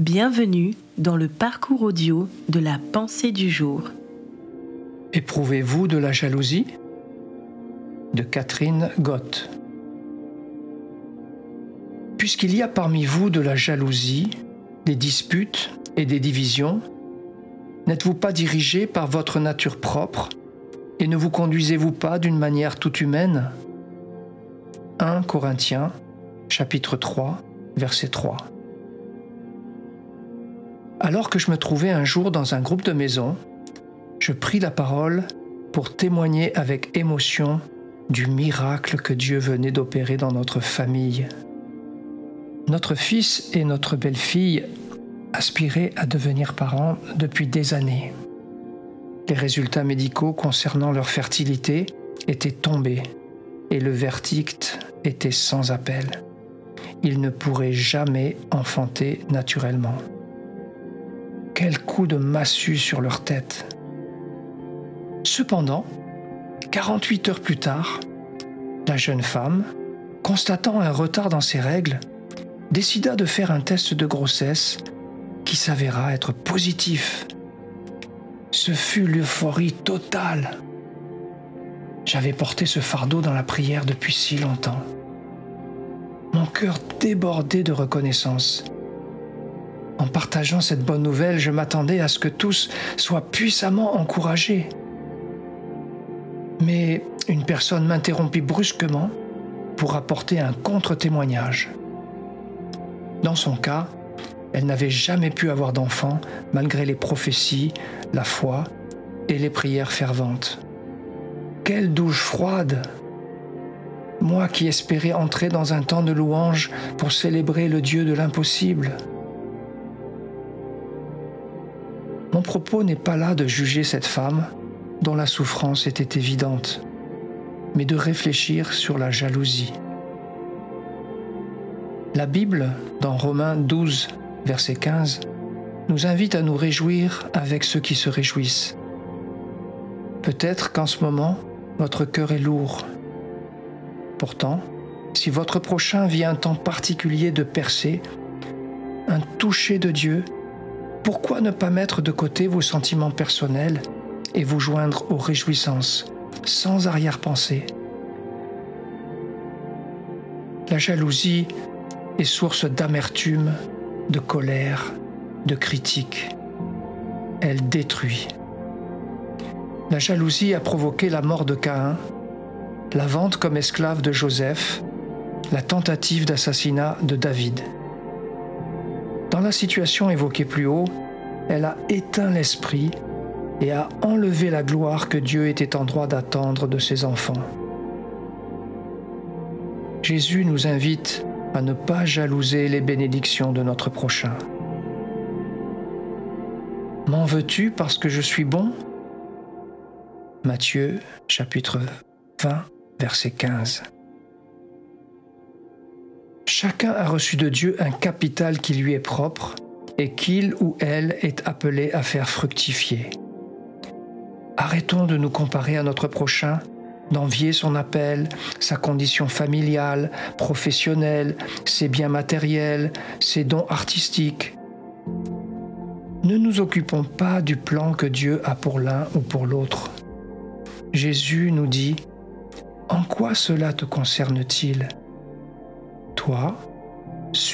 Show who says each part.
Speaker 1: Bienvenue dans le parcours audio de la pensée du jour.
Speaker 2: Éprouvez-vous de la jalousie ? De Catherine Gott. Puisqu'il y a parmi vous de la jalousie, des disputes et des divisions, n'êtes-vous pas dirigés par votre nature propre et ne vous conduisez-vous pas d'une manière toute humaine ? 1 Corinthiens, chapitre 3, verset 3. Alors que je me trouvais un jour dans un groupe de maison, je pris la parole pour témoigner avec émotion du miracle que Dieu venait d'opérer dans notre famille. Notre fils et notre belle-fille aspiraient à devenir parents depuis des années. Les résultats médicaux concernant leur fertilité étaient tombés et le verdict était sans appel. Ils ne pourraient jamais enfanter naturellement. Quel coup de massue sur leur tête! Cependant, 48 heures plus tard, la jeune femme, constatant un retard dans ses règles, décida de faire un test de grossesse qui s'avéra être positif. Ce fut l'euphorie totale. J'avais porté ce fardeau dans la prière depuis si longtemps. Mon cœur débordait de reconnaissance. En partageant cette bonne nouvelle, je m'attendais à ce que tous soient puissamment encouragés. Mais une personne m'interrompit brusquement pour apporter un contre-témoignage. Dans son cas, elle n'avait jamais pu avoir d'enfant malgré les prophéties, la foi et les prières ferventes. Quelle douche froide! Moi qui espérais entrer dans un temps de louange pour célébrer le Dieu de l'impossible. Mon propos n'est pas là de juger cette femme dont la souffrance était évidente, mais de réfléchir sur la jalousie. La Bible, dans Romains 12, verset 15, nous invite à nous réjouir avec ceux qui se réjouissent. Peut-être qu'en ce moment, votre cœur est lourd. Pourtant, si votre prochain vit un temps particulier de percée, un toucher de Dieu, pourquoi ne pas mettre de côté vos sentiments personnels et vous joindre aux réjouissances, sans arrière-pensée ? La jalousie est source d'amertume, de colère, de critique. Elle détruit. La jalousie a provoqué la mort de Caïn, la vente comme esclave de Joseph, la tentative d'assassinat de David. Dans la situation évoquée plus haut, elle a éteint l'esprit et a enlevé la gloire que Dieu était en droit d'attendre de ses enfants. Jésus nous invite à ne pas jalouser les bénédictions de notre prochain. M'en veux-tu parce que je suis bon ? Matthieu, chapitre 20, verset 15. Chacun a reçu de Dieu un capital qui lui est propre et qu'il ou elle est appelé à faire fructifier. Arrêtons de nous comparer à notre prochain, d'envier son appel, sa condition familiale, professionnelle, ses biens matériels, ses dons artistiques. Ne nous occupons pas du plan que Dieu a pour l'un ou pour l'autre. Jésus nous dit « En quoi cela te concerne-t-il ? Toi, suis-moi. »